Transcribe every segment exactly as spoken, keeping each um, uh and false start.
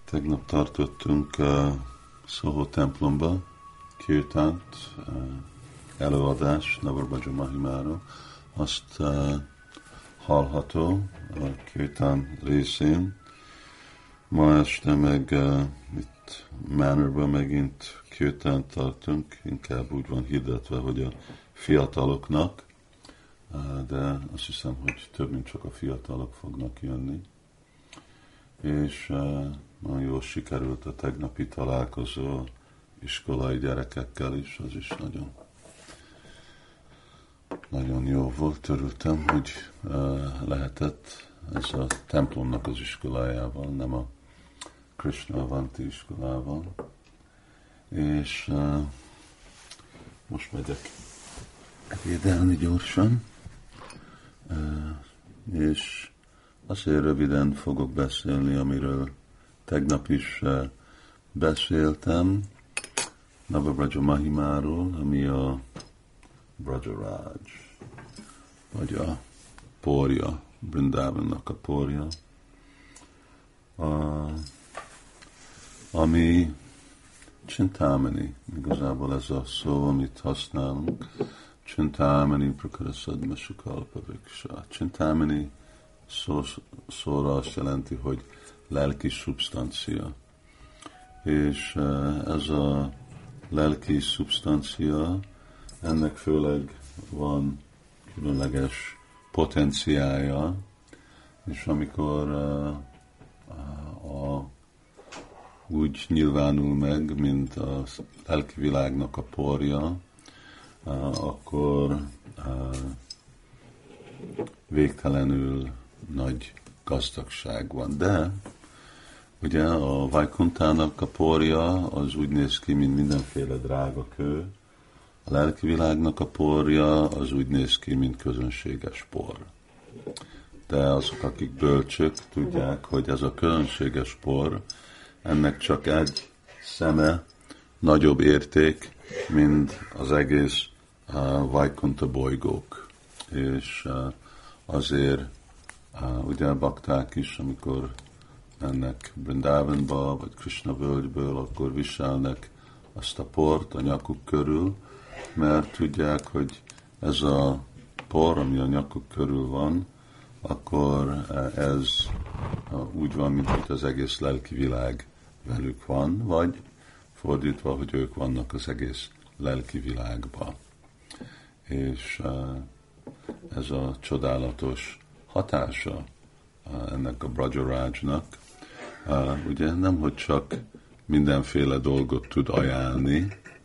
Tegnap tartottunk uh, Soho templomba, kirtánt, uh, előadás Navabraja Mahimáról. Azt uh, hallható a kirtán részén. Ma este meg uh, itt Manorban megint kirtánt tartunk, inkább úgy van hirdetve, hogy a fiataloknak, uh, de azt hiszem, hogy több, mint csak a fiatalok fognak jönni. És uh, nagyon jól sikerült a tegnapi találkozó iskolai gyerekekkel is, az is nagyon, nagyon jó volt. Örültem, hogy uh, lehetett ez a templomnak az iskolájával, nem a Krishna Avanti iskolával. És uh, most megyek védelni gyorsan, uh, és azért röviden fogok beszélni, amiről tegnap is uh, beszéltem, Navabraja Mahimáról, ami a Brajaraj, vagy a porja, Brindavannak a porja, uh, ami Csintámani, igazából ez a szó, amit használunk, Csintámani Prakarasad Sukalpa Viksa. Csintámani szó, szóra azt jelenti, hogy lelki szubstancia. És ez a lelki szubstancia, ennek főleg van különleges potenciája, és amikor a, a, úgy nyilvánul meg, mint a lelki világnak a porja, akkor végtelenül nagy gazdagság van. De ugye a Vaikuntának a porja az úgy néz ki, mint mindenféle drága kő, a lelki világnak a porja az úgy néz ki, mint közönséges por. De azok, akik bölcsök, tudják, hogy ez a közönséges por, ennek csak egy szeme nagyobb érték, mint az egész uh, Vaikunta bolygók. És uh, azért uh, ugye a bakták is, amikor mennek Brindavanba, vagy Krishna völgyből, akkor viselnek azt a port a nyakuk körül, mert tudják, hogy ez a por, ami a nyakuk körül van, akkor ez úgy van, mint hogy az egész lelki világ velük van, vagy fordítva, hogy ők vannak az egész lelki világban. És ez a csodálatos hatása ennek a Brajarajnak, ugye nem, hogy csak mindenféle dolgot tud ajánlni,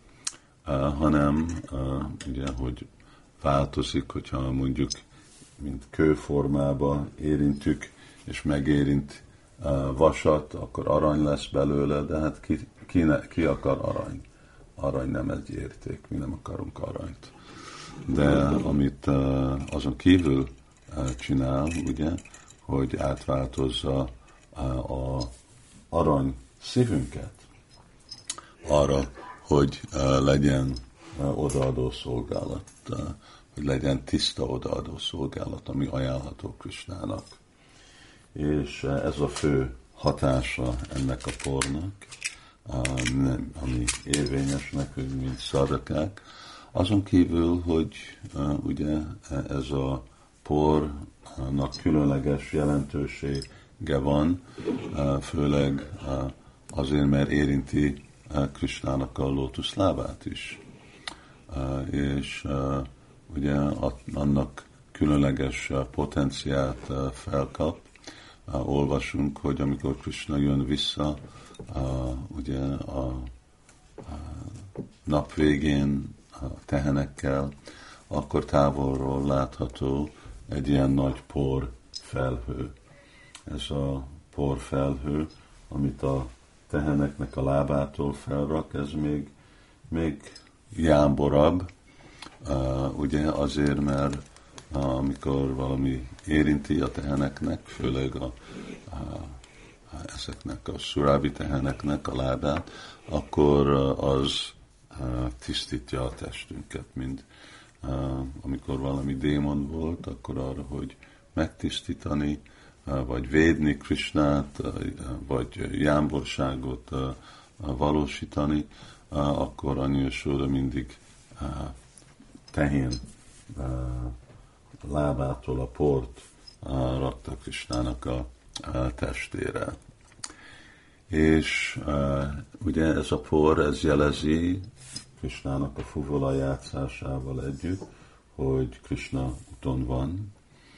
hanem ugye, hogy változik, hogyha mondjuk mint kőformába érintjük, és megérint vasat, akkor arany lesz belőle, de hát ki, ki, ne, ki akar arany? Arany nem egy érték, mi nem akarunk aranyt. De amit azon kívül csinál, ugye, hogy átváltozza a arany szívünket arra, hogy legyen odaadó szolgálat, hogy legyen tiszta odaadó szolgálat, ami ajánlható Krishnának. És ez a fő hatása ennek a pornak, ami érvényes nekünk, mint szadakák. Azon kívül, hogy ugye ez a pornak különleges jelentősége van, főleg azért, mert érinti Krishnának a lótuszlábát is. És ugye annak különleges potenciát felkap. Olvasunk, hogy amikor Krishna jön vissza, ugye a nap végén a tehenekkel, akkor távolról látható egy ilyen nagy por felhő. Ez a por felhő, amit a teheneknek a lábától felrak, ez még, még jámborabb, uh, ugye azért, mert uh, amikor valami érinti a teheneknek, főleg a, uh, ezeknek a szurábi teheneknek a lábát, akkor uh, az uh, tisztítja a testünket, mint uh, amikor valami démon volt, akkor arra, hogy megtisztítani vagy védni Krisnát, vagy jámborságot valósítani, akkor Anya Yashoda mindig tehén lábától a port rakta Krisnának a testére. És ugye ez a por, ez jelezi Krisnának a fuvola játszásával együtt, hogy Krishna úton van,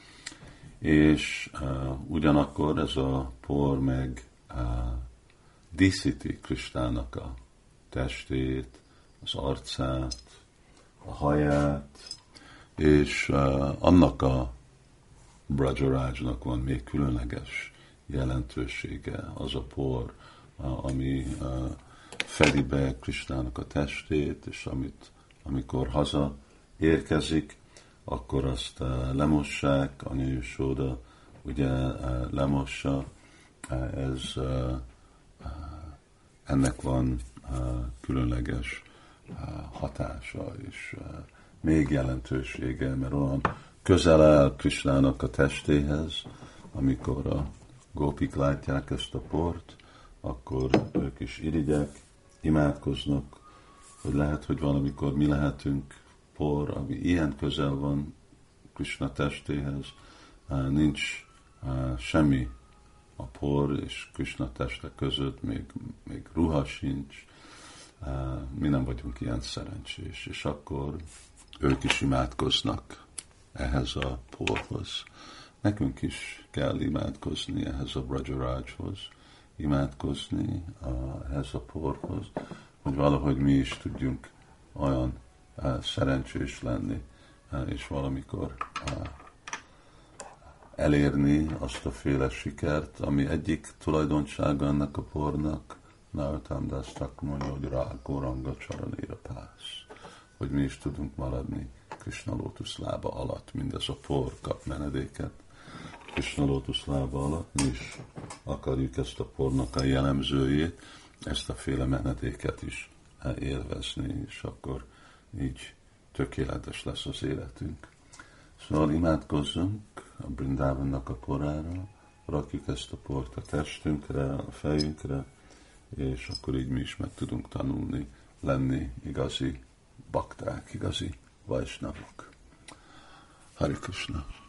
és uh, ugyanakkor ez a por meg uh, díszíti Krisnának a testét, az arcát, a haját, és uh, annak a Brajarajnak van még különleges jelentősége, az a por, uh, ami uh, fedi be Krisnának a testét, és amit, amikor haza érkezik, akkor azt uh, lemossák, Anya Yashoda ugye uh, lemossa, uh, ez uh, uh, ennek van uh, különleges uh, hatása, és uh, még jelentősége, mert olyan közel áll Krisnának a testéhez, amikor a gópik látják ezt a port, akkor ők is irigyek, imádkoznak, hogy lehet, hogy valamikor mi lehetünk por, ami ilyen közel van Krishna testéhez, nincs semmi a por és Krishna teste között, még, még ruha sincs, mi nem vagyunk ilyen szerencsés, és akkor ők is imádkoznak ehhez a porhoz. Nekünk is kell imádkozni ehhez a Brajarajhoz, imádkozni ehhez a porhoz, hogy valahogy mi is tudjunk olyan uh, szerencsés lenni, uh, és valamikor uh, elérni azt a féle sikert, ami egyik tulajdonsága ennek a pornak, Narottam Das Thakur mondja, hogy rá Gauranga Csaranira pász, hogy mi is tudunk maradni Krishna lótuszlába alatt, mindez a por kap menedéket, Krishna lótuszlába alatt, mi is akarjuk ezt a pornak a jellemzőjét, ezt a féle menedéket is élvezni, és akkor így tökéletes lesz az életünk. Szóval imádkozzunk a Brindavannak a porára, rakjuk ezt a port a testünkre, a fejünkre, és akkor így mi is meg tudunk tanulni, lenni igazi bakták, igazi vajsnavok. Hare Krishna!